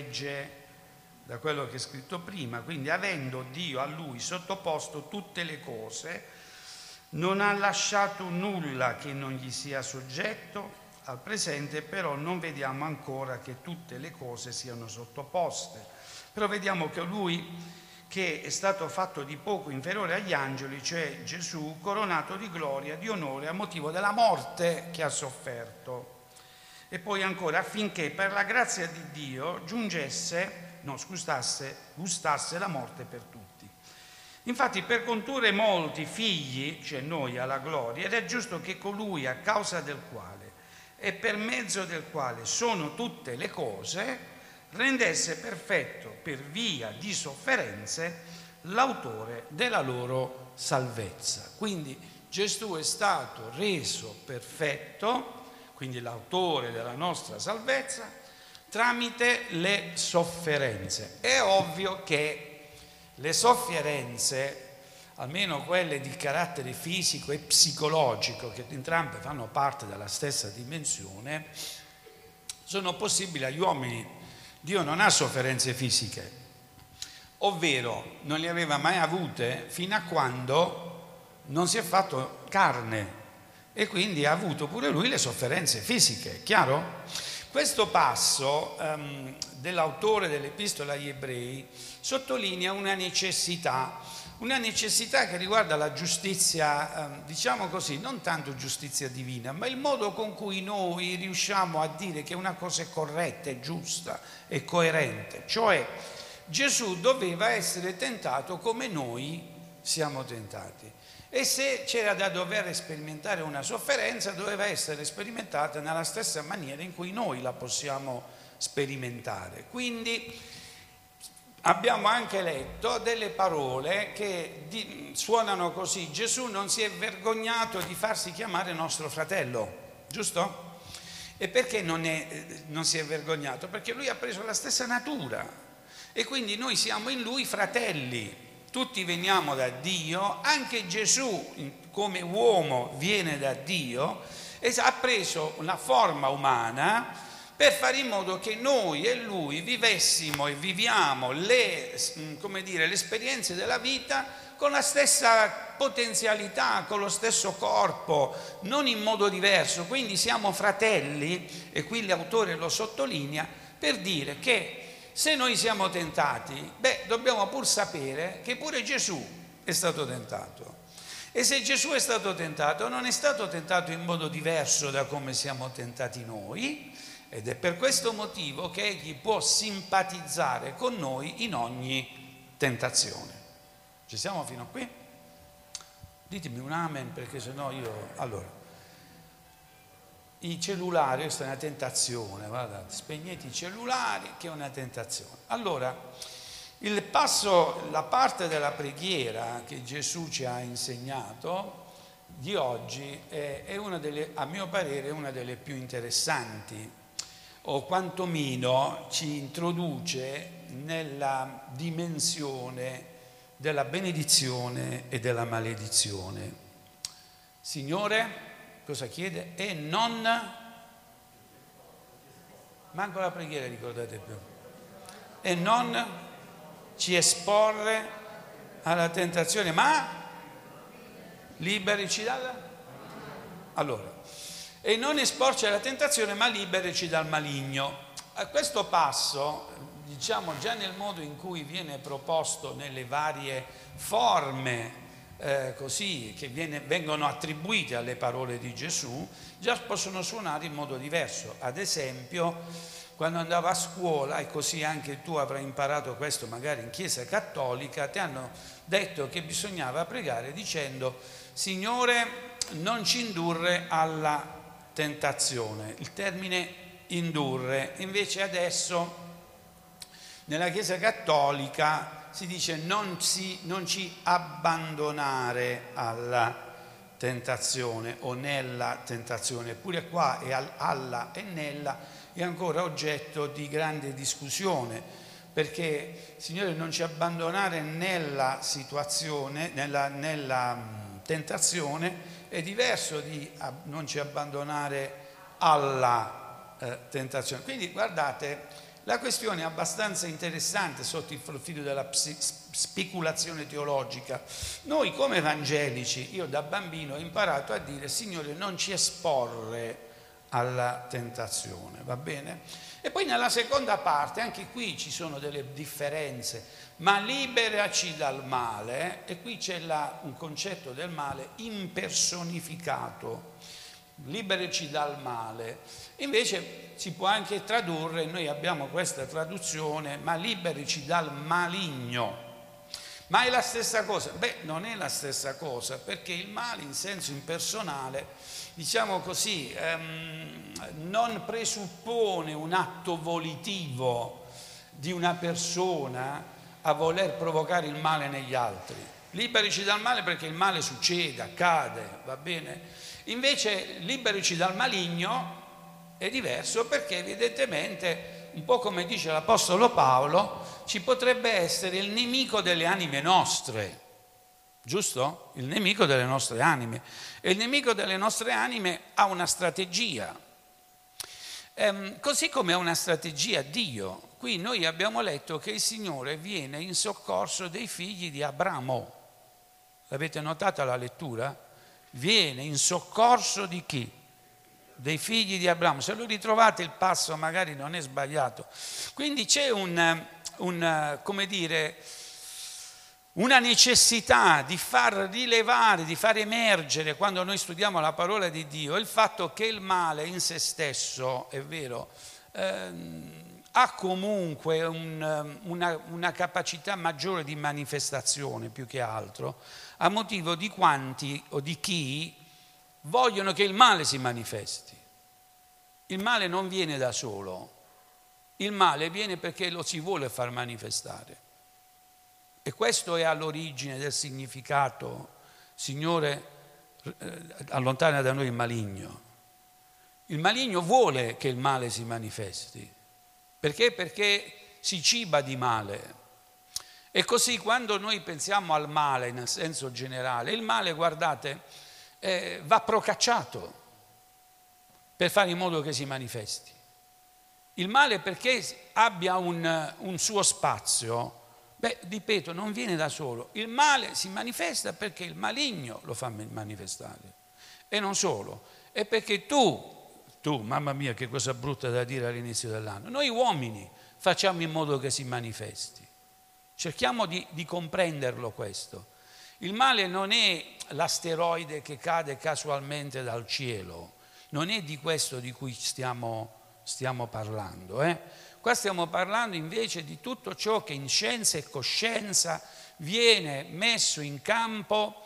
legge da quello che è scritto prima, quindi avendo Dio a lui sottoposto tutte le cose, non ha lasciato nulla che non gli sia soggetto. Al presente però non vediamo ancora che tutte le cose siano sottoposte, però vediamo che lui, che è stato fatto di poco inferiore agli angeli, cioè Gesù, coronato di gloria, di onore a motivo della morte che ha sofferto. E poi ancora affinché per la grazia di Dio gustasse la morte per tutti. Infatti per condurre molti figli, cioè noi, alla gloria, ed è giusto che colui a causa del quale e per mezzo del quale sono tutte le cose rendesse perfetto per via di sofferenze l'autore della loro salvezza. Quindi Gesù è stato reso perfetto, quindi l'autore della nostra salvezza, tramite le sofferenze. È ovvio che le sofferenze, almeno quelle di carattere fisico e psicologico, che entrambe fanno parte della stessa dimensione, sono possibili agli uomini. Dio non ha sofferenze fisiche, ovvero non le aveva mai avute fino a quando non si è fatto carne, e quindi ha avuto pure lui le sofferenze fisiche, chiaro? Questo passo dell'autore dell'Epistola agli Ebrei sottolinea una necessità che riguarda la giustizia, diciamo così, non tanto giustizia divina, ma il modo con cui noi riusciamo a dire che una cosa è corretta, è giusta, è coerente. Cioè Gesù doveva essere tentato come noi siamo tentati. E se c'era da dover sperimentare una sofferenza, doveva essere sperimentata nella stessa maniera in cui noi la possiamo sperimentare. Quindi abbiamo anche letto delle parole che suonano così: Gesù non si è vergognato di farsi chiamare nostro fratello, giusto? E perché non si è vergognato? Perché lui ha preso la stessa natura e quindi noi siamo in lui fratelli. Tutti veniamo da Dio, anche Gesù come uomo viene da Dio e ha preso una forma umana per fare in modo che noi e lui vivessimo e viviamo le esperienze della vita con la stessa potenzialità, con lo stesso corpo, non in modo diverso. Quindi siamo fratelli, e qui l'autore lo sottolinea per dire che se noi siamo tentati, dobbiamo pur sapere che pure Gesù è stato tentato. E se Gesù è stato tentato, non è stato tentato in modo diverso da come siamo tentati noi, ed è per questo motivo che egli può simpatizzare con noi in ogni tentazione. Ci siamo fino a qui? Ditemi un amen, perché sennò io... Allora, i cellulari, questa è una tentazione, guardate, spegnete i cellulari, che è una tentazione. Allora, la parte della preghiera che Gesù ci ha insegnato di oggi è una delle, a mio parere, una delle più interessanti, o quantomeno ci introduce nella dimensione della benedizione e della maledizione. Signore, cosa chiede? E non, manco la preghiera ricordate più, e non ci esporre alla tentazione, ma liberici dalla... Allora, e non esporci alla tentazione, ma liberici dal maligno. A questo passo, diciamo già nel modo in cui viene proposto nelle varie forme così che vengono attribuite alle parole di Gesù, già possono suonare in modo diverso. Ad esempio, quando andavo a scuola, e così anche tu avrai imparato questo magari in chiesa cattolica, ti hanno detto che bisognava pregare dicendo: Signore, non ci indurre alla tentazione. Il termine indurre, invece adesso nella chiesa cattolica si dice non ci abbandonare alla tentazione o nella tentazione. Eppure qua è alla e nella è ancora oggetto di grande discussione, perché Signore, non ci abbandonare nella situazione, nella tentazione è diverso di non ci abbandonare alla tentazione. Quindi guardate, La questione è abbastanza interessante sotto il profilo della speculazione teologica. Noi come evangelici, io da bambino ho imparato a dire: Signore, non ci esporre alla tentazione, va bene? E poi nella seconda parte, anche qui ci sono delle differenze, ma liberaci dal male, e qui c'è un concetto del male impersonificato, liberaci dal male. Invece si può anche tradurre, noi abbiamo questa traduzione, ma liberaci dal maligno. Ma è la stessa cosa? Beh, non è la stessa cosa, perché il male in senso impersonale, diciamo così, non presuppone un atto volitivo di una persona a voler provocare il male negli altri. Liberici dal male perché il male succede, accade, va bene? Invece liberici dal maligno è diverso, perché evidentemente, un po' come dice l'Apostolo Paolo, ci potrebbe essere il nemico delle anime nostre, giusto? Il nemico delle nostre anime. E il nemico delle nostre anime ha una strategia, così come ha una strategia Dio. Qui noi abbiamo letto che il Signore viene in soccorso dei figli di Abramo. L'avete notata la lettura? Viene in soccorso di chi? Dei figli di Abramo. Se lo ritrovate il passo magari non è sbagliato. Quindi c'è come dire, una necessità di far rilevare, di far emergere, quando noi studiamo la parola di Dio, il fatto che il male in se stesso, è vero, ha comunque una capacità maggiore di manifestazione più che altro, a motivo di quanti o di chi vogliono che il male si manifesti. Il male non viene da solo, il male viene perché lo si vuole far manifestare. E questo è all'origine del significato: Signore, allontana da noi il maligno. Il maligno vuole che il male si manifesti. Perché? Perché si ciba di male. E così quando noi pensiamo al male nel senso generale, il male, guardate, va procacciato per fare in modo che si manifesti. Il male, perché abbia un suo spazio, ripeto, non viene da solo. Il male si manifesta perché il maligno lo fa manifestare. E non solo, è perché tu, mamma mia che cosa brutta da dire all'inizio dell'anno, noi uomini facciamo in modo che si manifesti. Cerchiamo di comprenderlo questo. Il male non è l'asteroide che cade casualmente dal cielo, non è di questo di cui stiamo parlando. Qua stiamo parlando invece di tutto ciò che in scienza e coscienza viene messo in campo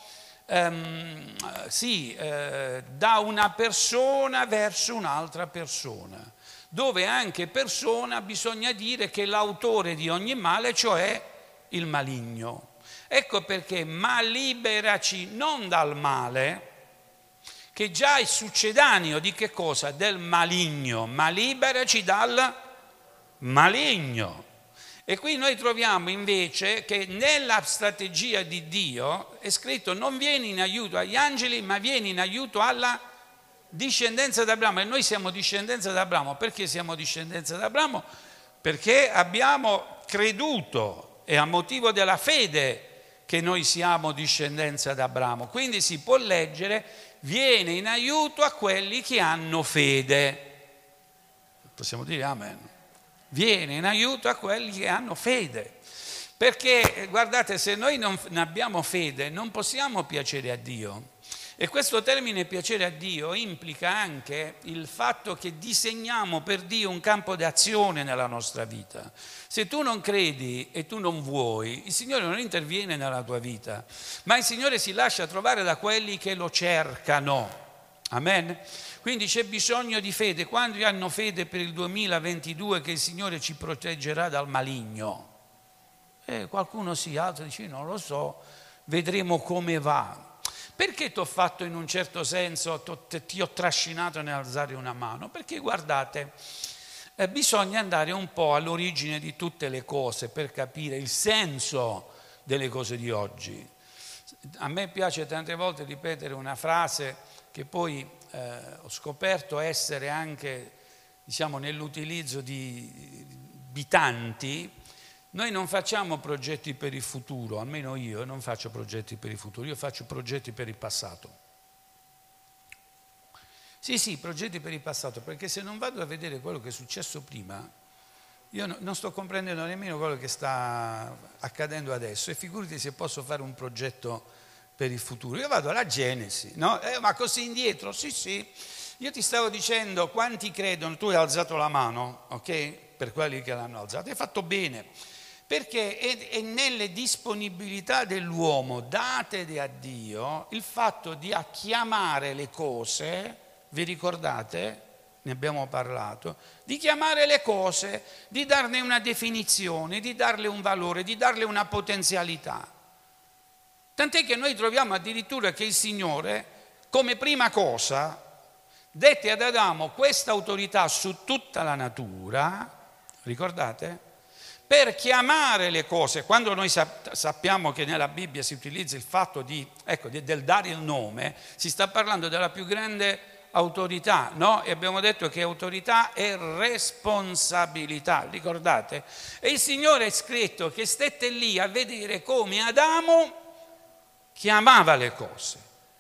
da una persona verso un'altra persona, dove anche persona bisogna dire che l'autore di ogni male, cioè il maligno. Ecco perché ma liberaci non dal male, che già è succedaneo di che cosa? Del maligno, ma liberaci dal maligno. E qui noi troviamo invece che nella strategia di Dio è scritto: non vieni in aiuto agli angeli, ma vieni in aiuto alla discendenza d'Abramo. E noi siamo discendenza d'Abramo. Perché siamo discendenza d'Abramo? Perché abbiamo creduto, è a motivo della fede che noi siamo discendenza d'Abramo. Quindi si può leggere: viene in aiuto a quelli che hanno fede. Possiamo dire amen. Viene in aiuto a quelli che hanno fede. Perché, guardate, se noi non abbiamo fede non possiamo piacere a Dio. E questo termine piacere a Dio implica anche il fatto che disegniamo per Dio un campo d'azione nella nostra vita. Se tu non credi e tu non vuoi, il Signore non interviene nella tua vita, ma il Signore si lascia trovare da quelli che lo cercano. Amen? Quindi c'è bisogno di fede. Quando hanno fede per il 2022 che il Signore ci proteggerà dal maligno? Qualcuno sì, altri dice non lo so, vedremo come va. Perché ti ho fatto in un certo senso, ti ho trascinato nell'alzare una mano? Perché guardate, bisogna andare un po' all'origine di tutte le cose per capire il senso delle cose di oggi. A me piace tante volte ripetere una frase che poi ho scoperto essere anche, diciamo, nell'utilizzo di abitanti, noi non facciamo progetti per il futuro, almeno io non faccio progetti per il futuro, io faccio progetti per il passato. Sì, progetti per il passato, perché se non vado a vedere quello che è successo prima, io non sto comprendendo nemmeno quello che sta accadendo adesso, e figurati se posso fare un progetto per il futuro. Io vado alla Genesi, no? Ma così indietro? Sì. Io ti stavo dicendo quanti credono, tu hai alzato la mano, ok? Per quelli che l'hanno alzata, hai fatto bene, perché è nelle disponibilità dell'uomo date da Dio il fatto di chiamare le cose. Vi ricordate? Ne abbiamo parlato, di chiamare le cose, di darne una definizione, di darle un valore, di darle una potenzialità. Tant'è che noi troviamo addirittura che il Signore, come prima cosa, dette ad Adamo questa autorità su tutta la natura, ricordate? Per chiamare le cose. Quando noi sappiamo che nella Bibbia si utilizza il fatto del dare il nome, si sta parlando della più grande autorità, no? E abbiamo detto che autorità è responsabilità, ricordate? E il Signore è scritto che stette lì a vedere come Adamo chiamava le cose,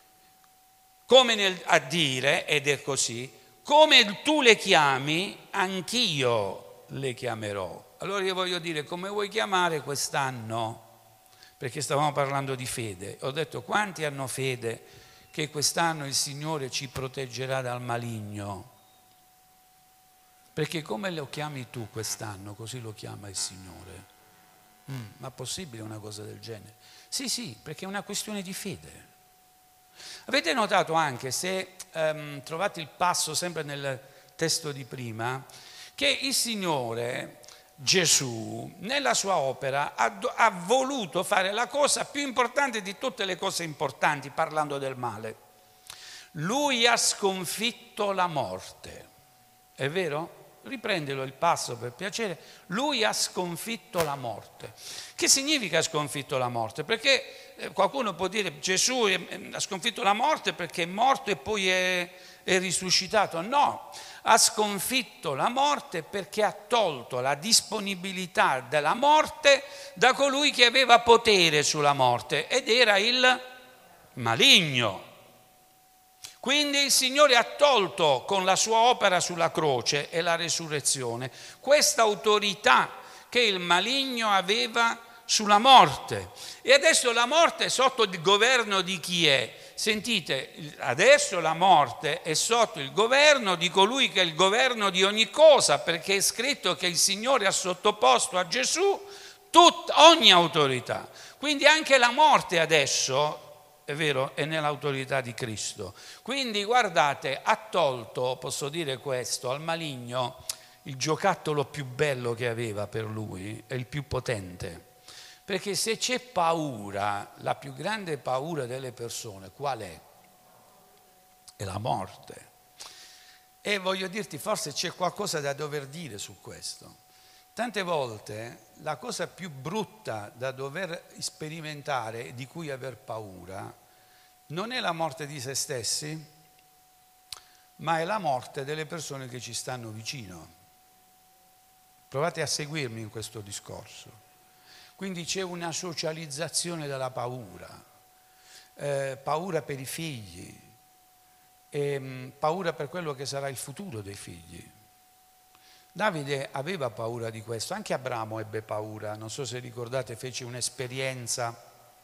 come a dire, ed è così, come tu le chiami, anch'io le chiamerò. Allora io voglio dire, come vuoi chiamare quest'anno? Perché stavamo parlando di fede, ho detto quanti hanno fede che quest'anno il Signore ci proteggerà dal maligno, perché come lo chiami tu quest'anno, così lo chiama il Signore. Ma è possibile una cosa del genere? Sì, perché è una questione di fede. Avete notato anche, se trovate il passo sempre nel testo di prima, che il Signore Gesù nella sua opera ha voluto fare la cosa più importante di tutte le cose importanti, parlando del male. Lui ha sconfitto la morte, è vero? Riprendelo il passo per piacere. Lui ha sconfitto la morte. Che significa ha sconfitto la morte? Perché qualcuno può dire Gesù ha sconfitto la morte perché è morto e poi è risuscitato. No, ha sconfitto la morte perché ha tolto la disponibilità della morte da colui che aveva potere sulla morte, ed era il maligno. Quindi il Signore ha tolto con la sua opera sulla croce e la resurrezione questa autorità che il maligno aveva sulla morte. E adesso la morte è sotto il governo di chi è? Sentite, adesso la morte è sotto il governo di colui che è il governo di ogni cosa, perché è scritto che il Signore ha sottoposto a Gesù ogni autorità. Quindi anche la morte adesso, è vero, è nell'autorità di Cristo. Quindi guardate, ha tolto, posso dire questo, al maligno il giocattolo più bello che aveva per lui e il più potente. Perché se c'è paura, la più grande paura delle persone, qual è? È la morte. E voglio dirti, forse c'è qualcosa da dover dire su questo. Tante volte la cosa più brutta da dover sperimentare, di cui aver paura, non è la morte di se stessi, ma è la morte delle persone che ci stanno vicino. Provate a seguirmi in questo discorso. Quindi c'è una socializzazione della paura, paura per i figli, paura per quello che sarà il futuro dei figli. Davide aveva paura di questo, anche Abramo ebbe paura, non so se ricordate, fece un'esperienza,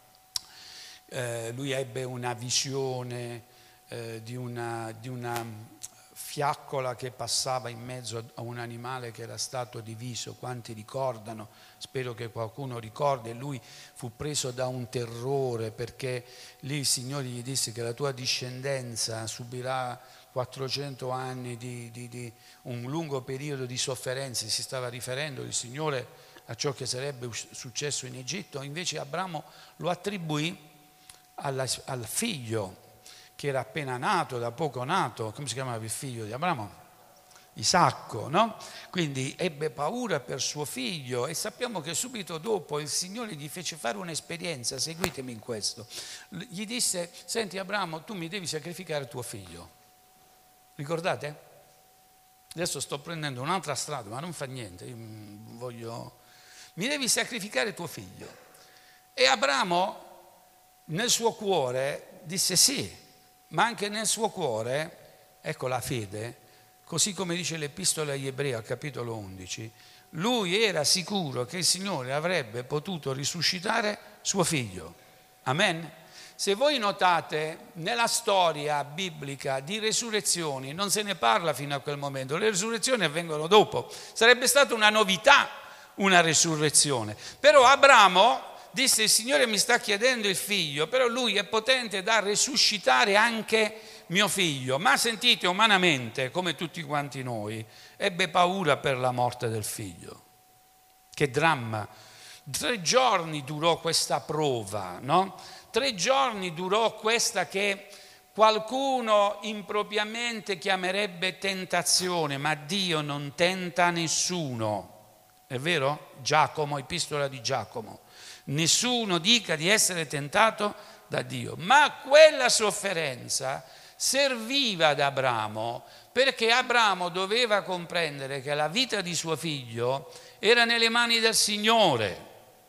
lui ebbe una visione di una fiaccola che passava in mezzo a un animale che era stato diviso. Quanti ricordano? Spero che qualcuno ricordi. E lui fu preso da un terrore, perché lì il Signore gli disse che la tua discendenza subirà 400 anni di un lungo periodo di sofferenze. Si stava riferendo il Signore a ciò che sarebbe successo in Egitto. Invece Abramo lo attribuì al figlio che era appena nato, da poco nato. Come si chiamava il figlio di Abramo? Isacco, no? Quindi ebbe paura per suo figlio, e sappiamo che subito dopo il Signore gli fece fare un'esperienza. Seguitemi in questo. Gli disse: senti Abramo, tu mi devi sacrificare tuo figlio. Ricordate? Adesso sto prendendo un'altra strada, ma non fa niente, mi devi sacrificare tuo figlio. E Abramo nel suo cuore disse sì, ma anche nel suo cuore, ecco la fede, così come dice l'Epistola agli Ebrei al capitolo 11, lui era sicuro che il Signore avrebbe potuto risuscitare suo figlio. Amen? Se voi notate, nella storia biblica di resurrezioni non se ne parla fino a quel momento, le resurrezioni avvengono dopo. Sarebbe stata una novità una resurrezione. Però Abramo disse: il Signore mi sta chiedendo il figlio, però lui è potente da risuscitare anche mio figlio. Ma sentite, umanamente, come tutti quanti noi, ebbe paura per la morte del figlio. Che dramma! 3 giorni durò questa prova, no? 3 giorni durò questa che qualcuno impropriamente chiamerebbe tentazione, ma Dio non tenta nessuno. È vero? Giacomo, Epistola di Giacomo. Nessuno dica di essere tentato da Dio. Ma quella sofferenza serviva ad Abramo, perché Abramo doveva comprendere che la vita di suo figlio era nelle mani del Signore.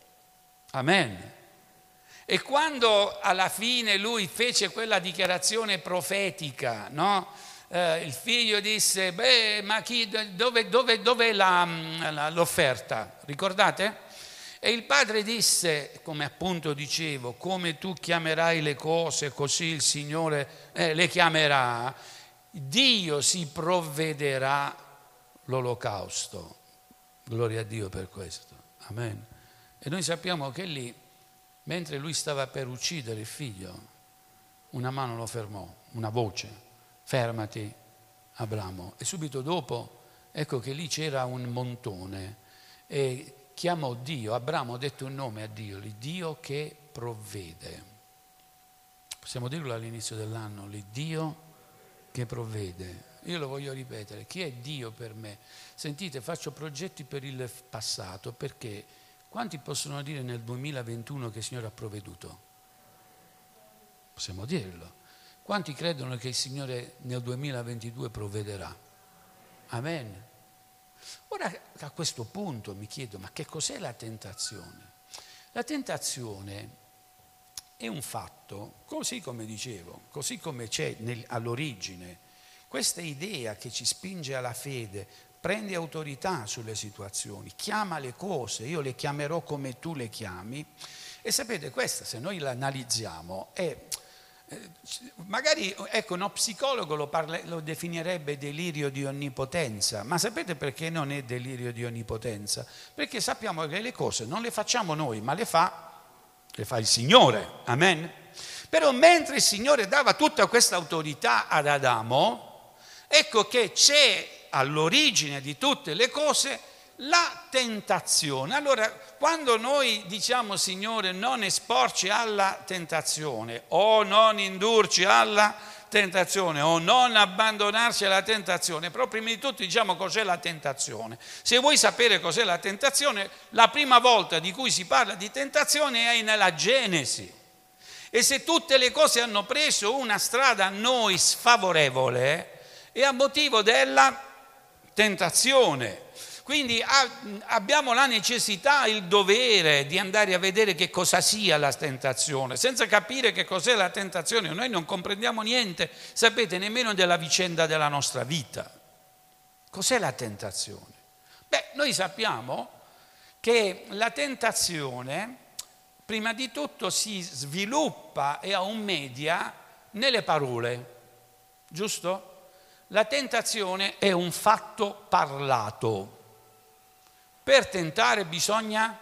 Amen. E quando alla fine lui fece quella dichiarazione profetica, no? Il figlio disse: beh, ma dov'è l'offerta? Ricordate? E il padre disse, come appunto dicevo, come tu chiamerai le cose, così il Signore le chiamerà. Dio si provvederà l'olocausto. Gloria a Dio per questo. Amen. E noi sappiamo che lì, mentre lui stava per uccidere il figlio, una mano lo fermò, una voce: fermati, Abramo. E subito dopo, ecco che lì c'era un montone e chiamò Dio. Abramo ha detto un nome a Dio, l'Iddio che provvede. Possiamo dirlo all'inizio dell'anno: l'Iddio che provvede. Io lo voglio ripetere: chi è Dio per me? Sentite, faccio progetti per il passato, perché quanti possono dire nel 2021 che il Signore ha provveduto? Possiamo dirlo. Quanti credono che il Signore nel 2022 provvederà? Amen. Ora, a questo punto mi chiedo: ma che cos'è la tentazione? La tentazione è un fatto, così come dicevo, così come c'è all'origine questa idea che ci spinge alla fede, prende autorità sulle situazioni, chiama le cose, io le chiamerò come tu le chiami. E sapete, questa, se noi la analizziamo, è magari, ecco, uno psicologo lo definirebbe delirio di onnipotenza. Ma sapete perché non è delirio di onnipotenza? Perché sappiamo che le cose non le facciamo noi, ma le fa il Signore. Amen? Però mentre il Signore dava tutta questa autorità ad Adamo, ecco che c'è all'origine di tutte le cose la tentazione. Allora, quando noi diciamo: Signore, non esporci alla tentazione, o non indurci alla tentazione, o non abbandonarci alla tentazione, però prima di tutto diciamo cos'è la tentazione. Se vuoi sapere cos'è la tentazione, la prima volta di cui si parla di tentazione è nella Genesi. E se tutte le cose hanno preso una strada a noi sfavorevole, è a motivo della tentazione. Quindi abbiamo la necessità, il dovere di andare a vedere che cosa sia la tentazione. Senza capire che cos'è la tentazione noi non comprendiamo niente, sapete, nemmeno della vicenda della nostra vita. Cos'è la tentazione? Beh, noi sappiamo che la tentazione prima di tutto si sviluppa e ha un media nelle parole, giusto? La tentazione è un fatto parlato. Per tentare bisogna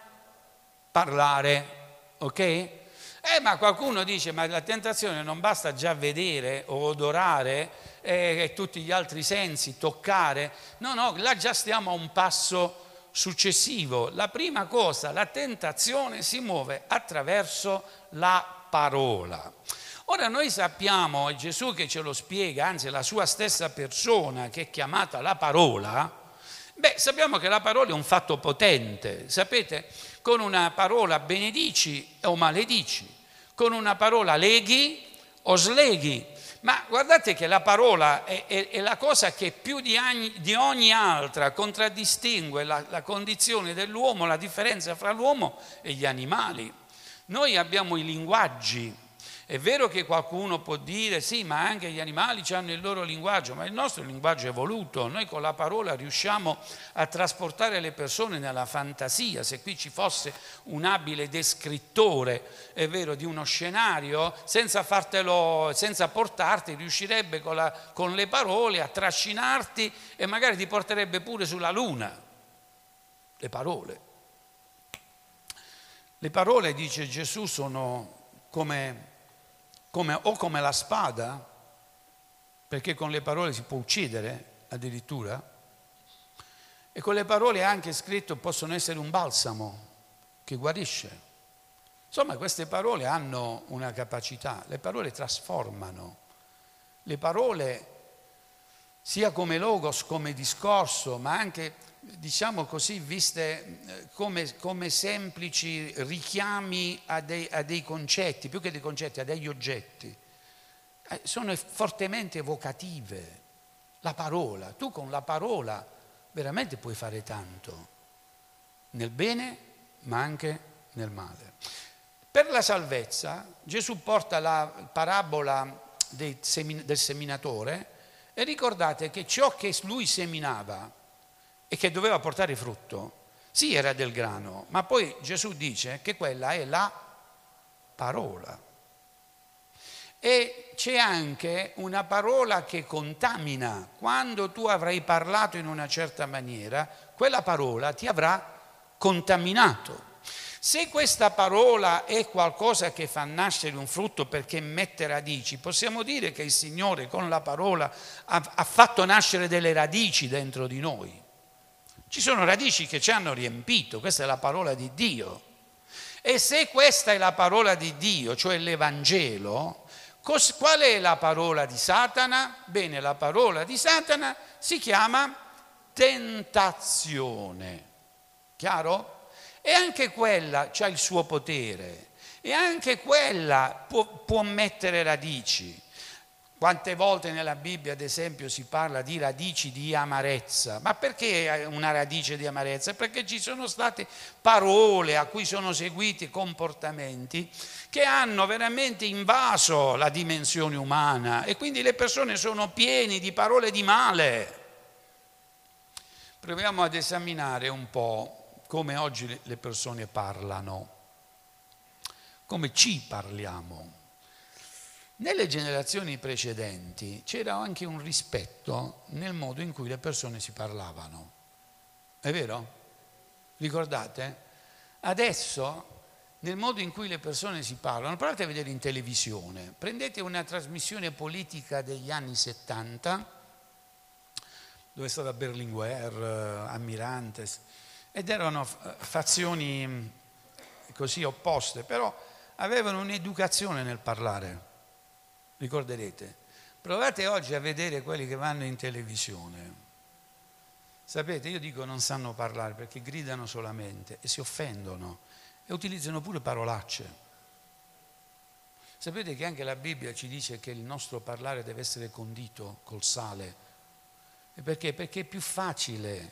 parlare, ok? Ma qualcuno dice: ma la tentazione non basta già vedere o odorare e tutti gli altri sensi, toccare. No, là già stiamo a un passo successivo. La prima cosa, la tentazione si muove attraverso la parola. Ora noi sappiamo, è Gesù che ce lo spiega, anzi la sua stessa persona che è chiamata la parola. Sappiamo che la parola è un fatto potente. Sapete, con una parola benedici o maledici, con una parola leghi o sleghi. Ma guardate che la parola è la cosa che più di ogni altra contraddistingue la condizione dell'uomo, la differenza fra l'uomo e gli animali. Noi abbiamo i linguaggi. È vero che qualcuno può dire sì, ma anche gli animali hanno il loro linguaggio, ma il nostro linguaggio è evoluto. Noi con la parola riusciamo a trasportare le persone nella fantasia. Se qui ci fosse un abile descrittore, è vero, di uno scenario, senza portarti, riuscirebbe con le parole a trascinarti e magari ti porterebbe pure sulla luna. Le parole. Le parole, dice Gesù, sono come la spada, perché con le parole si può uccidere addirittura, e con le parole, anche scritto, possono essere un balsamo che guarisce. Insomma, queste parole hanno una capacità, le parole trasformano, le parole sia come logos, come discorso, ma anche, diciamo così, viste come semplici richiami a dei concetti, più che dei concetti, a degli oggetti. Sono fortemente evocative. La parola, tu con la parola veramente puoi fare tanto, nel bene ma anche nel male. Per la salvezza Gesù porta la parabola del seminatore e ricordate che ciò che lui seminava e che doveva portare frutto, sì, era del grano, ma poi Gesù dice che quella è la parola. E c'è anche una parola che contamina. Quando tu avrai parlato in una certa maniera, quella parola ti avrà contaminato. Se questa parola è qualcosa che fa nascere un frutto perché mette radici, possiamo dire che il Signore con la parola ha fatto nascere delle radici dentro di noi. Ci sono radici che ci hanno riempito, questa è la parola di Dio. E se questa è la parola di Dio, cioè l'Evangelo, qual è la parola di Satana? Bene, la parola di Satana si chiama tentazione. Chiaro? E anche quella ha il suo potere, e anche quella può mettere radici. Quante volte nella Bibbia, ad esempio, si parla di radici di amarezza? Ma perché una radice di amarezza? Perché ci sono state parole a cui sono seguiti comportamenti che hanno veramente invaso la dimensione umana e quindi le persone sono piene di parole di male. Proviamo ad esaminare un po' come oggi le persone parlano, come ci parliamo. Nelle generazioni precedenti c'era anche un rispetto nel modo in cui le persone si parlavano. È vero? Ricordate? Adesso, nel modo in cui le persone si parlano, provate a vedere in televisione, prendete una trasmissione politica degli anni 70, dove è stata Berlinguer, Almirantes, ed erano fazioni così opposte, però avevano un'educazione nel parlare, ricorderete. Provate oggi a vedere quelli che vanno in televisione. Sapete, io dico non sanno parlare perché gridano solamente e si offendono e utilizzano pure parolacce. Sapete che anche la Bibbia ci dice che il nostro parlare deve essere condito col sale. E perché? Perché è più facile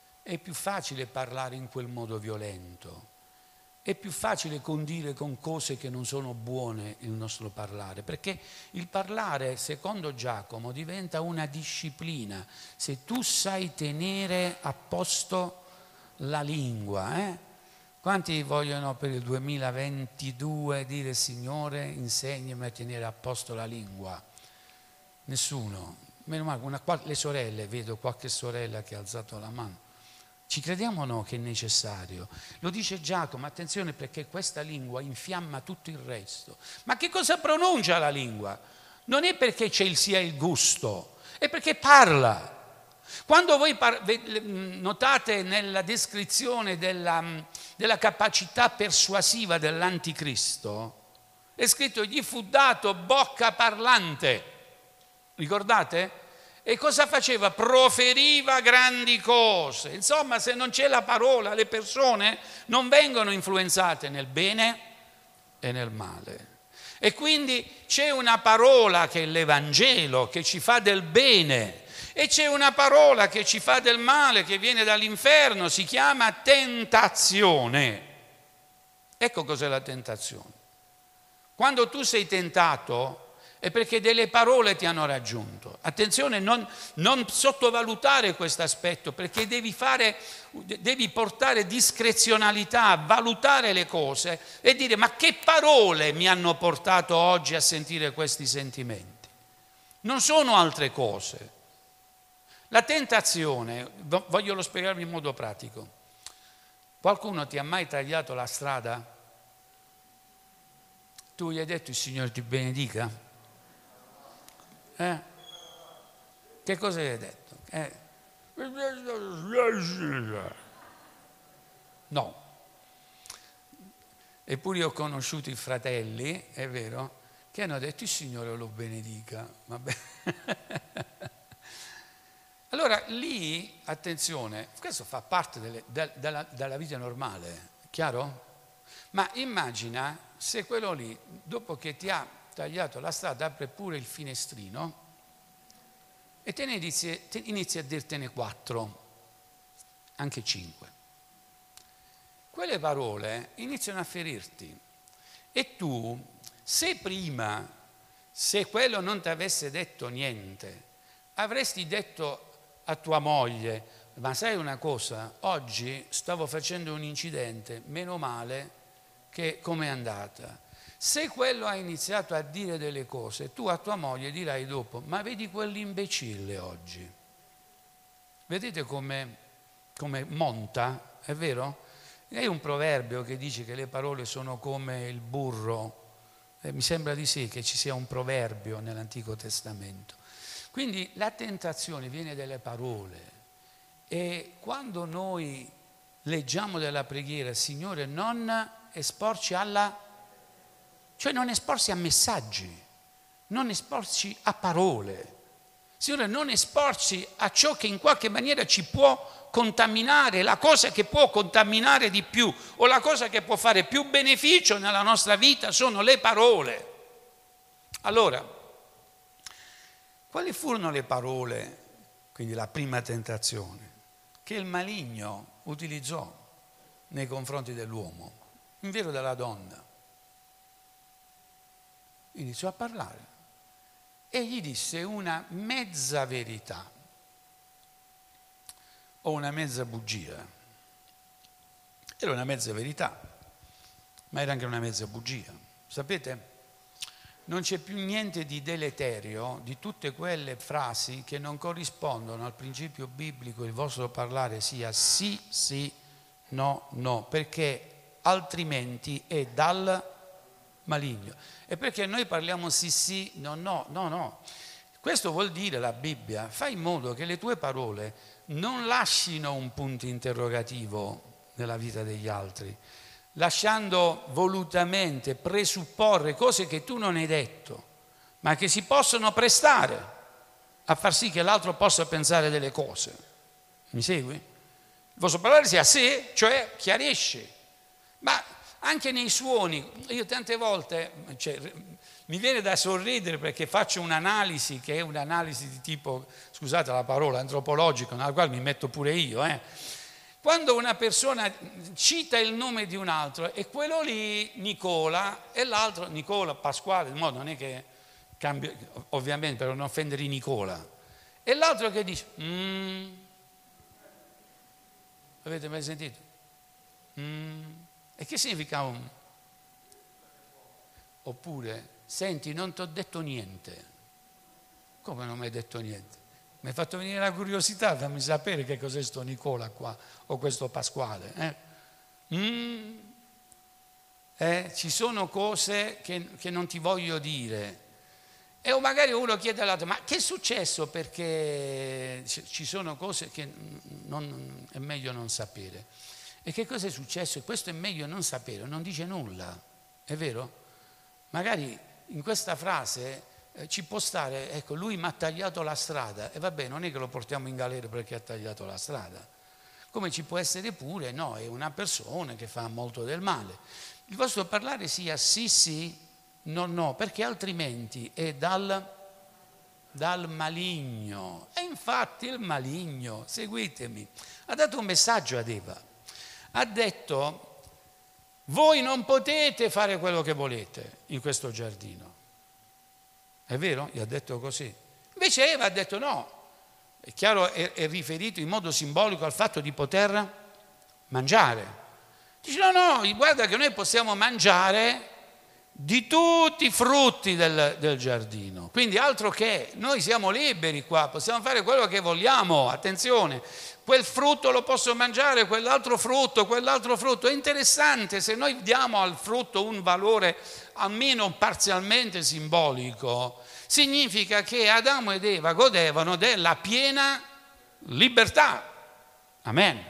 parlare in quel modo violento, è più facile condire con cose che non sono buone il nostro parlare, perché il parlare, secondo Giacomo, diventa una disciplina. Se tu sai tenere a posto la lingua, quanti vogliono per il 2022 dire Signore insegnami a tenere a posto la lingua? Nessuno. Meno male, le sorelle, vedo qualche sorella che ha alzato la mano. Ci crediamo o no che è necessario? Lo dice Giacomo, attenzione perché questa lingua infiamma tutto il resto. Ma che cosa pronuncia la lingua? Non è perché sia il gusto, è perché parla. Quando voi notate nella descrizione della capacità persuasiva dell'anticristo, è scritto gli fu dato bocca parlante. Ricordate? E cosa faceva? Proferiva grandi cose. Insomma, se non c'è la parola, le persone non vengono influenzate nel bene e nel male. E quindi c'è una parola che è l'Evangelo, che ci fa del bene, e c'è una parola che ci fa del male, che viene dall'inferno, si chiama tentazione. Ecco cos'è la tentazione. Quando tu sei tentato è perché delle parole ti hanno raggiunto. Attenzione, non sottovalutare questo aspetto, perché devi portare discrezionalità, valutare le cose e dire: ma che parole mi hanno portato oggi a sentire questi sentimenti? Non sono altre cose. La tentazione, voglio spiegarvi in modo pratico. Qualcuno ti ha mai tagliato la strada? Tu gli hai detto: il Signore ti benedica? Che cosa gli hai detto? No. Eppure io ho conosciuto i fratelli, è vero, che hanno detto: il Signore lo benedica. Vabbè. Allora lì, attenzione, questo fa parte della vita normale, chiaro? Ma immagina se quello lì, dopo che ti ha tagliato la strada, apre pure il finestrino e te ne inizi a dirtene 4, anche 5. Quelle parole iniziano a ferirti e tu, se quello non ti avesse detto niente, avresti detto a tua moglie: ma sai una cosa, oggi stavo facendo un incidente, meno male che com'è andata. Se quello ha iniziato a dire delle cose, tu a tua moglie dirai dopo: ma vedi quell'imbecille oggi? Vedete come monta? È vero? È un proverbio che dice che le parole sono come il burro. Mi sembra di sì che ci sia un proverbio nell'Antico Testamento. Quindi la tentazione viene dalle parole, e quando noi leggiamo della preghiera: Signore, non esporci cioè non esporsi a messaggi, non esporci a parole, Signore, non esporci a ciò che in qualche maniera ci può contaminare, la cosa che può contaminare di più o la cosa che può fare più beneficio nella nostra vita sono le parole. Allora, quali furono le parole, quindi la prima tentazione, che il maligno utilizzò nei confronti dell'uomo, in vero della donna? Iniziò a parlare e gli disse una mezza verità o una mezza bugia. Era una mezza verità, ma era anche una mezza bugia. Sapete? Non c'è più niente di deleterio di tutte quelle frasi che non corrispondono al principio biblico: il vostro parlare sia sì, sì, no, no, perché altrimenti è dal maligno. E perché noi parliamo sì, sì, no, no, no, no. Questo vuol dire, la Bibbia, fai in modo che le tue parole non lascino un punto interrogativo nella vita degli altri, lasciando volutamente presupporre cose che tu non hai detto, ma che si possono prestare a far sì che l'altro possa pensare delle cose. Mi segui? Il vostro parlare sia sì, cioè chiarisce. Ma anche nei suoni, io tante volte, mi viene da sorridere perché faccio un'analisi che è un'analisi di tipo, scusate la parola, antropologico, nella quale mi metto pure io, Quando una persona cita il nome di un altro e quello lì Nicola e l'altro Nicola Pasquale, non è che cambia, ovviamente per non offendere Nicola, e l'altro che dice avete mai sentito? E che significa un? Oppure, senti, non ti ho detto niente. Come non mi hai detto niente? Mi hai fatto venire la curiosità, fammi sapere che cos'è sto Nicola qua o questo Pasquale. Ci sono cose che non ti voglio dire. E magari uno chiede all'altro: ma che è successo? Perché ci sono cose che è meglio non sapere. E che cosa è successo? E questo è meglio non sapere, non dice nulla, è vero? Magari in questa frase ci può stare: ecco, lui mi ha tagliato la strada, e vabbè, non è che lo portiamo in galera perché ha tagliato la strada. Come ci può essere pure: no, è una persona che fa molto del male. Il vostro parlare sia sì, sì, No, perché altrimenti è dal maligno. E infatti il maligno, seguitemi, ha dato un messaggio ad Eva. Ha detto: voi non potete fare quello che volete in questo giardino. È vero? Gli ha detto così. Invece Eva ha detto no. È chiaro, è riferito in modo simbolico al fatto di poter mangiare. Dice no, guarda che noi possiamo mangiare di tutti i frutti del giardino. Quindi altro che, noi siamo liberi qua, possiamo fare quello che vogliamo. Attenzione, quel frutto lo posso mangiare, quell'altro frutto. È interessante, se noi diamo al frutto un valore almeno parzialmente simbolico, significa che Adamo ed Eva godevano della piena libertà. Amen.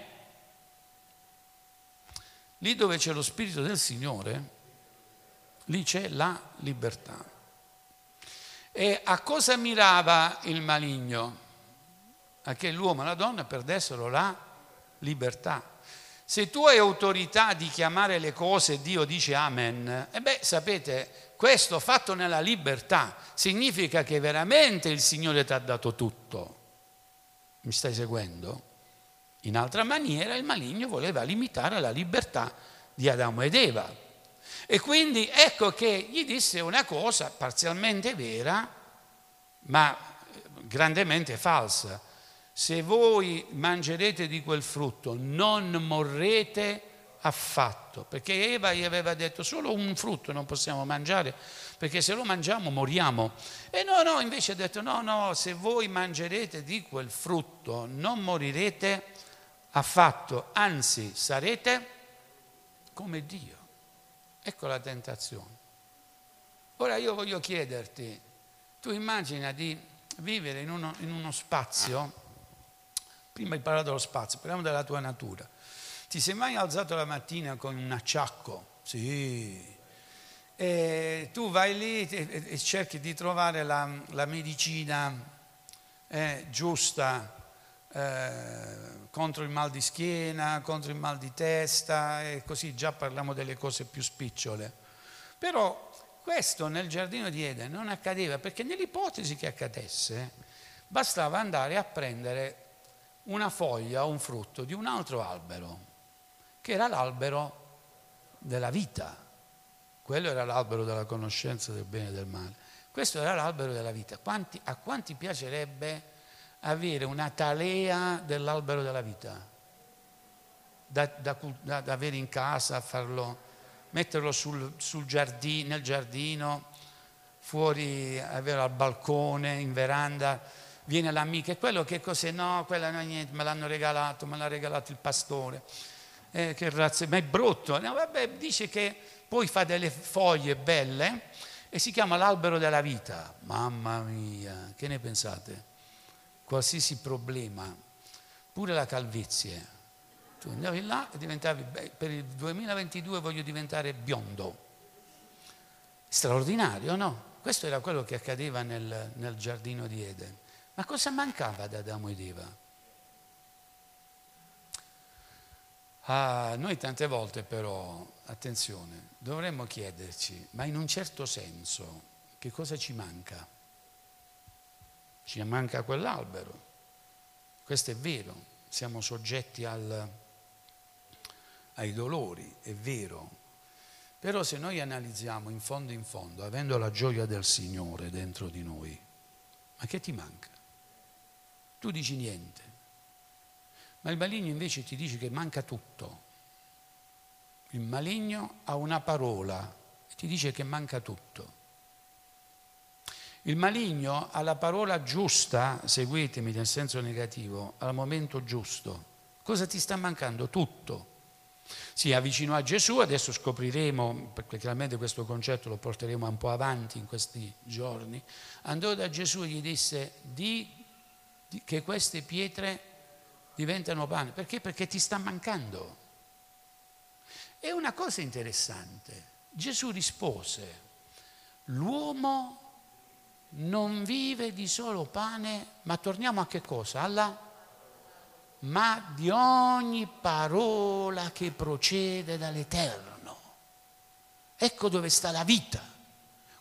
Lì dove c'è lo Spirito del Signore, lì c'è la libertà. E a cosa mirava il maligno? A che l'uomo e la donna perdessero la libertà. Se tu hai autorità di chiamare le cose, Dio dice amen, sapete, questo fatto nella libertà significa che veramente il Signore ti ha dato tutto. Mi stai seguendo? In altra maniera il maligno voleva limitare la libertà di Adamo ed Eva. E quindi ecco che gli disse una cosa parzialmente vera, ma grandemente falsa. Se voi mangerete di quel frutto non morrete affatto, perché Eva gli aveva detto solo un frutto non possiamo mangiare, perché se lo mangiamo moriamo. E no, invece ha detto no, se voi mangerete di quel frutto non morirete affatto, anzi sarete come Dio. Ecco la tentazione. Ora io voglio chiederti, tu immagina di vivere in uno spazio, prima hai parlato dello spazio, parliamo della tua natura. Ti sei mai alzato la mattina con un acciacco? Sì. E tu vai lì e cerchi di trovare la medicina giusta contro il mal di schiena, contro il mal di testa, e così già parliamo delle cose più spicciole. Però questo nel giardino di Eden non accadeva, perché nell'ipotesi che accadesse bastava andare a prendere una foglia o un frutto di un altro albero, che era l'albero della vita. Quello era l'albero della conoscenza del bene e del male. Questo era l'albero della vita. A quanti piacerebbe avere una talea dell'albero della vita? Da avere in casa, metterlo nel giardino, fuori, avere al balcone, in veranda. Viene l'amica, e quello che cos'è? No, quella non è niente, me l'ha regalato il pastore. Che razza, ma è brutto. No, dice che poi fa delle foglie belle e si chiama l'albero della vita. Mamma mia, che ne pensate? Qualsiasi problema, pure la calvizie. Tu andavi là e diventavi, per il 2022 voglio diventare biondo. Straordinario, no? Questo era quello che accadeva nel giardino di Eden. Ma cosa mancava ad Adamo ed Eva? Noi tante volte però, attenzione, dovremmo chiederci, ma in un certo senso, che cosa ci manca? Ci manca quell'albero. Questo è vero, siamo soggetti ai dolori, è vero. Però se noi analizziamo in fondo, avendo la gioia del Signore dentro di noi, ma che ti manca? Tu dici niente, ma il maligno invece ti dice che manca tutto. Il maligno ha una parola e ti dice che manca tutto. Il maligno ha la parola giusta, seguitemi nel senso negativo, al momento giusto. Cosa ti sta mancando? Tutto. Si avvicinò a Gesù, adesso scopriremo, perché chiaramente questo concetto lo porteremo un po' avanti in questi giorni. Andò da Gesù e gli disse: che queste pietre diventano pane. Perché? Perché ti sta mancando. È una cosa interessante. Gesù rispose: l'uomo non vive di solo pane, ma torniamo a che cosa? Ma di ogni parola che procede dall'Eterno. Ecco dove sta la vita.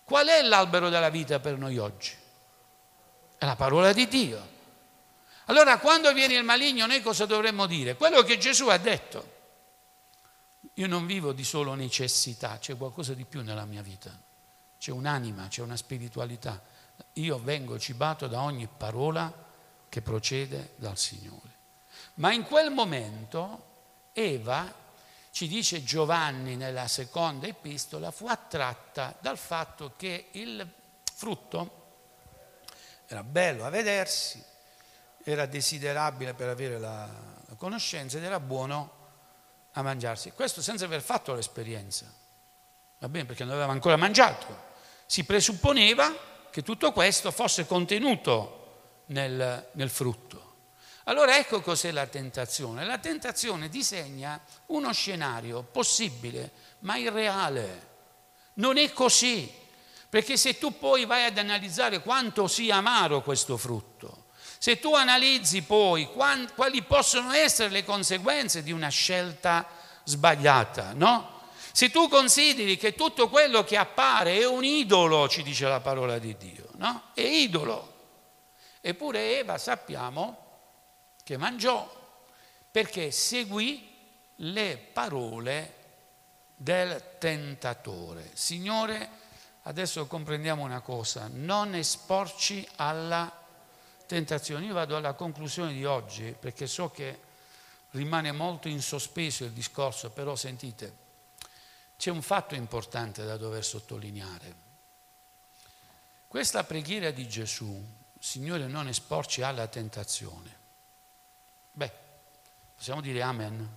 Qual è l'albero della vita per noi oggi? È la parola di Dio. Allora quando viene il maligno noi cosa dovremmo dire? Quello che Gesù ha detto. Io non vivo di solo necessità, c'è qualcosa di più nella mia vita. C'è un'anima, c'è una spiritualità. Io vengo cibato da ogni parola che procede dal Signore. Ma in quel momento Eva, ci dice Giovanni nella seconda epistola, fu attratta dal fatto che il frutto era bello a vedersi, era desiderabile per avere la conoscenza ed era buono a mangiarsi. Questo senza aver fatto l'esperienza, va bene, perché non aveva ancora mangiato. Si presupponeva che tutto questo fosse contenuto nel frutto. Allora ecco cos'è la tentazione. La tentazione disegna uno scenario possibile, ma irreale. Non è così, perché se tu poi vai ad analizzare quanto sia amaro questo frutto, se tu analizzi poi quali possono essere le conseguenze di una scelta sbagliata, no? Se tu consideri che tutto quello che appare è un idolo, ci dice la parola di Dio, no? È idolo. Eppure Eva sappiamo che mangiò perché seguì le parole del tentatore. Signore, adesso comprendiamo una cosa, non esporci alla tentazione. Io vado alla conclusione di oggi perché so che rimane molto in sospeso il discorso, però sentite, c'è un fatto importante da dover sottolineare. Questa preghiera di Gesù, Signore non esporci alla tentazione, beh, possiamo dire amen.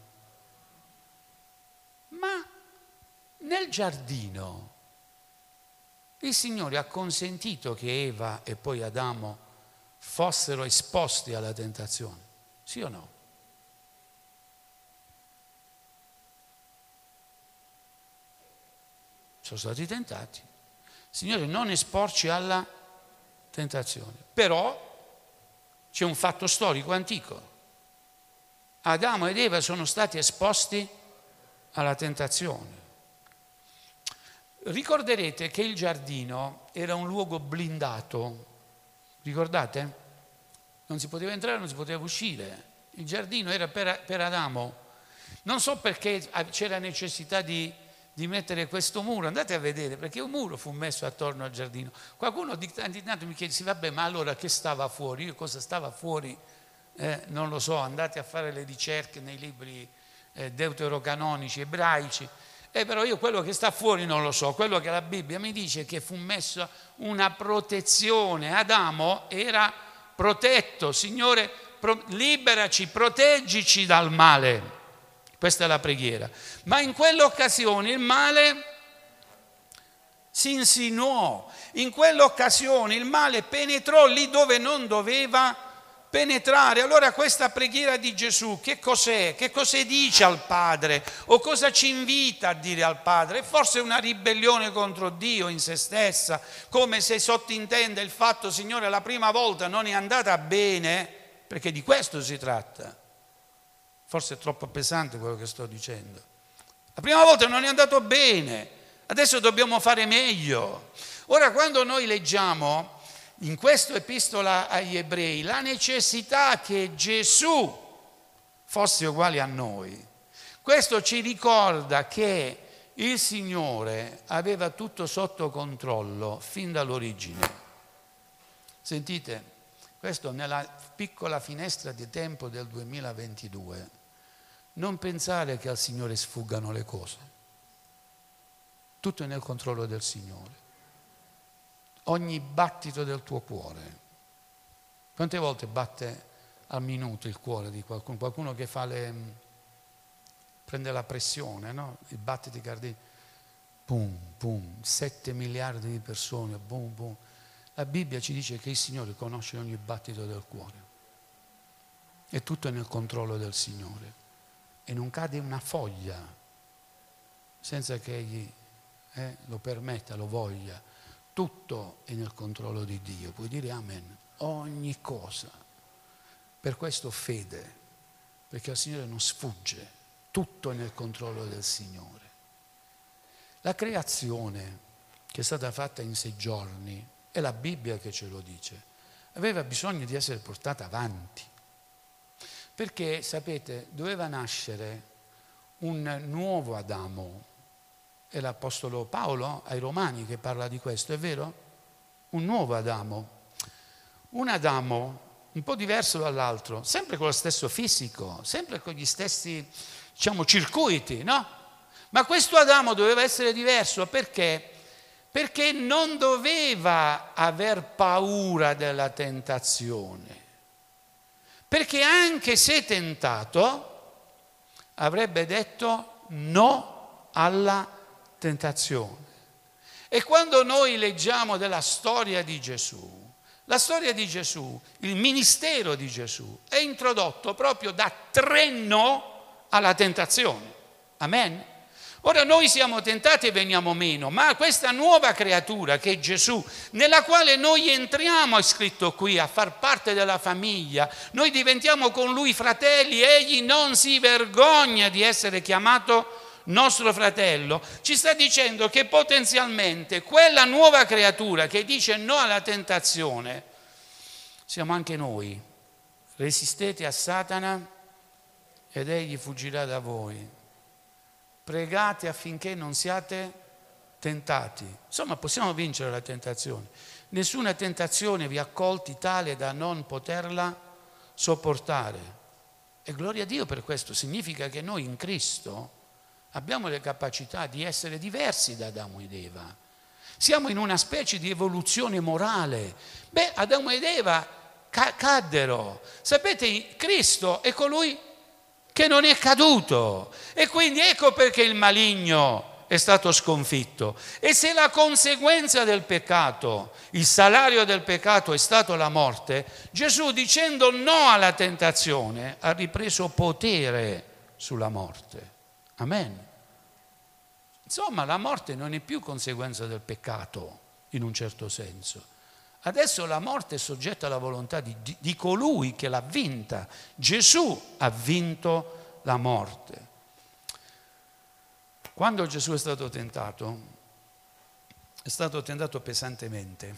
Ma nel giardino il Signore ha consentito che Eva e poi Adamo fossero esposti alla tentazione, sì o no? Sono stati tentati. Signore, non esporci alla tentazione. Però c'è un fatto storico antico. Adamo ed Eva sono stati esposti alla tentazione. Ricorderete che il giardino era un luogo blindato, ricordate? Non si poteva entrare, non si poteva uscire. Il giardino era per Adamo. Non so perché c'era necessità di mettere questo muro, andate a vedere, perché un muro fu messo attorno al giardino. Qualcuno di tanto in tanto mi chiede, sì, vabbè, ma allora che stava fuori? Io cosa stava fuori? Non lo so, andate a fare le ricerche nei libri deuterocanonici, ebraici, però io quello che sta fuori non lo so. Quello che la Bibbia mi dice è che fu messa una protezione. Adamo era protetto. Signore, liberaci, proteggici dal male. Questa è la preghiera. Ma in quell'occasione il male si insinuò, in quell'occasione il male penetrò lì dove non doveva penetrare. Allora questa preghiera di Gesù che cos'è? Che cosa dice al Padre? O cosa ci invita a dire al Padre? È forse una ribellione contro Dio in se stessa, come se sottintende il fatto, Signore, la prima volta non è andata bene, perché di questo si tratta. Forse è troppo pesante quello che sto dicendo. La prima volta non è andato bene, adesso dobbiamo fare meglio. Ora, quando noi leggiamo in questa epistola agli ebrei la necessità che Gesù fosse uguale a noi, questo ci ricorda che il Signore aveva tutto sotto controllo fin dall'origine. Sentite, questo nella piccola finestra di tempo del 2022. Non pensare che al Signore sfuggano le cose. Tutto è nel controllo del Signore. Ogni battito del tuo cuore. Quante volte batte al minuto il cuore di qualcuno? Qualcuno che prende la pressione, no? I battiti cardiaci. Boom, boom, 7 miliardi di persone, boom, boom. La Bibbia ci dice che il Signore conosce ogni battito del cuore. E tutto è nel controllo del Signore. E non cade una foglia senza che Egli lo permetta, lo voglia. Tutto è nel controllo di Dio. Puoi dire amen? Ogni cosa. Per questo fede, perché al Signore non sfugge. Tutto è nel controllo del Signore. La creazione che è stata fatta in 6 giorni, è la Bibbia che ce lo dice, aveva bisogno di essere portata avanti. Perché, sapete, doveva nascere un nuovo Adamo. È l'Apostolo Paolo ai Romani che parla di questo, è vero? Un nuovo Adamo. Un Adamo un po' diverso dall'altro, sempre con lo stesso fisico, sempre con gli stessi, diciamo, circuiti, no? Ma questo Adamo doveva essere diverso perché? Perché non doveva aver paura della tentazione. Perché anche se tentato, avrebbe detto no alla tentazione. E quando noi leggiamo della storia di Gesù, la storia di Gesù, il ministero di Gesù è introdotto proprio da 3 no alla tentazione. Amen? Ora noi siamo tentati e veniamo meno, ma questa nuova creatura che è Gesù, nella quale noi entriamo, è scritto qui, a far parte della famiglia, noi diventiamo con lui fratelli, egli non si vergogna di essere chiamato nostro fratello, ci sta dicendo che potenzialmente quella nuova creatura che dice no alla tentazione, siamo anche noi. Resistete a Satana ed egli fuggirà da voi. Pregate affinché non siate tentati. Insomma, possiamo vincere la tentazione. Nessuna tentazione vi ha colti tale da non poterla sopportare. E gloria a Dio per questo. Significa che noi in Cristo abbiamo le capacità di essere diversi da Adamo ed Eva. Siamo in una specie di evoluzione morale. Adamo ed Eva caddero. Sapete, Cristo è colui che non è caduto. E quindi ecco perché il maligno è stato sconfitto. E se la conseguenza del peccato, il salario del peccato è stato la morte, Gesù, dicendo no alla tentazione, ha ripreso potere sulla morte. Amen. Insomma, la morte non è più conseguenza del peccato, in un certo senso. Adesso la morte è soggetta alla volontà di colui che l'ha vinta. Gesù ha vinto la morte. Quando Gesù è stato tentato pesantemente.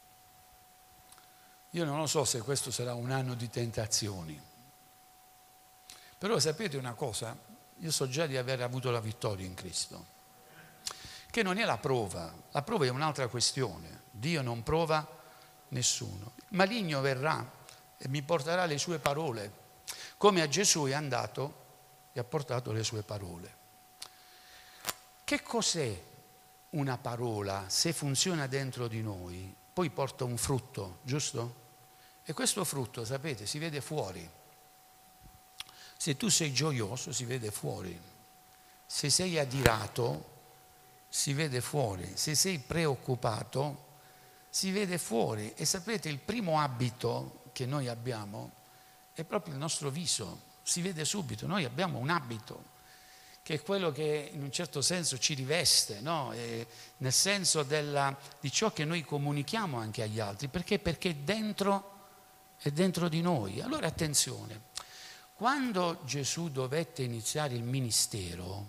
Io non lo so se questo sarà un anno di tentazioni. Però sapete una cosa? Io so già di aver avuto la vittoria in Cristo, che non è la prova è un'altra questione. Dio non prova nessuno. Il maligno verrà e mi porterà le sue parole, come a Gesù è andato e ha portato le sue parole. Che cos'è una parola? Se funziona dentro di noi, poi porta un frutto, giusto? E questo frutto, sapete, si vede fuori. Se tu sei gioioso, si vede fuori. Se sei adirato, si vede fuori. Se sei preoccupato, si vede fuori. E sapete, il primo abito che noi abbiamo è proprio il nostro viso. Si vede subito. Noi abbiamo un abito, che è quello che in un certo senso ci riveste, no? Nel senso di ciò che noi comunichiamo anche agli altri. Perché? Perché è dentro di noi. Allora attenzione. Quando Gesù dovette iniziare il ministero,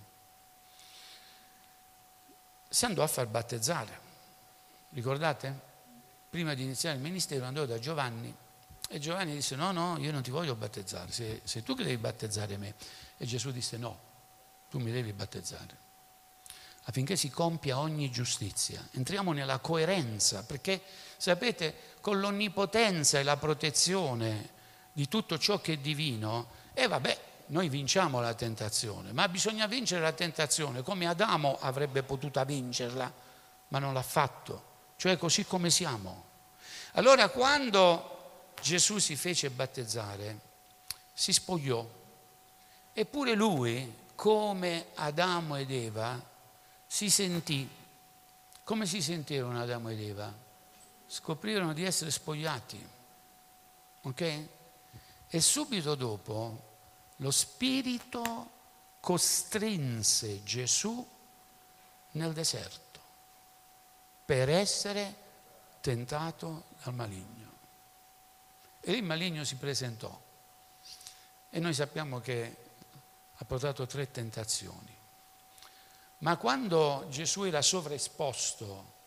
si andò a far battezzare. Ricordate? Prima di iniziare il ministero andò da Giovanni e Giovanni disse no, io non ti voglio battezzare, sei tu che devi battezzare me. E Gesù disse no, tu mi devi battezzare, affinché si compia ogni giustizia. Entriamo nella coerenza, perché sapete, con l'onnipotenza e la protezione di tutto ciò che è divino, noi vinciamo la tentazione, ma bisogna vincere la tentazione come Adamo avrebbe potuto vincerla, ma non l'ha fatto, cioè così come siamo. Allora quando Gesù si fece battezzare, si spogliò, eppure lui, come Adamo ed Eva, si sentì. Come si sentirono Adamo ed Eva? Scoprirono di essere spogliati, ok? E subito dopo lo Spirito costrinse Gesù nel deserto per essere tentato dal maligno. E lì il maligno si presentò e noi sappiamo che ha portato 3 tentazioni. Ma quando Gesù era sovraesposto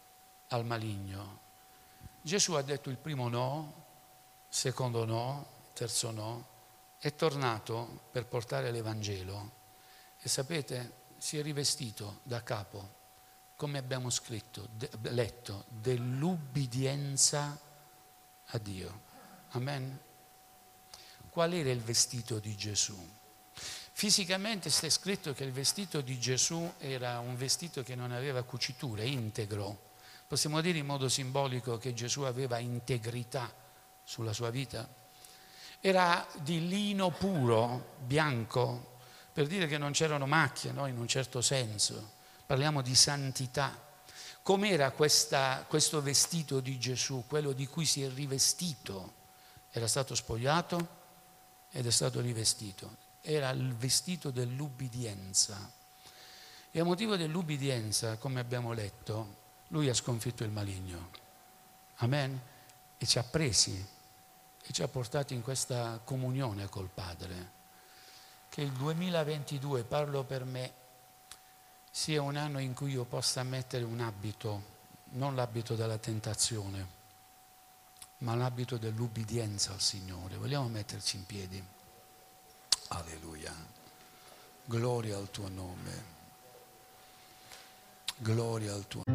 al maligno. Gesù ha detto il primo no, secondo no, terzo no, è tornato per portare l'Evangelo e sapete, si è rivestito da capo, come abbiamo letto, dell'ubbidienza a Dio. Amen. Qual era il vestito di Gesù? Fisicamente sta scritto che il vestito di Gesù era un vestito che non aveva cuciture, integro. Possiamo dire in modo simbolico che Gesù aveva integrità sulla sua vita? Era di lino puro, bianco, per dire che non c'erano macchie, no? In un certo senso. Parliamo di santità. Com'era questo vestito di Gesù, quello di cui si è rivestito? Era stato spogliato ed è stato rivestito. Era il vestito dell'ubbidienza. E a motivo dell'ubbidienza, come abbiamo letto, lui ha sconfitto il maligno. Amen? E ci ha presi e ci ha portati in questa comunione col Padre. Che il 2022, parlo per me, sia un anno in cui io possa mettere un abito, non l'abito della tentazione, ma l'abito dell'ubbidienza al Signore. Vogliamo metterci in piedi? Alleluia. Gloria al tuo nome. Gloria al tuo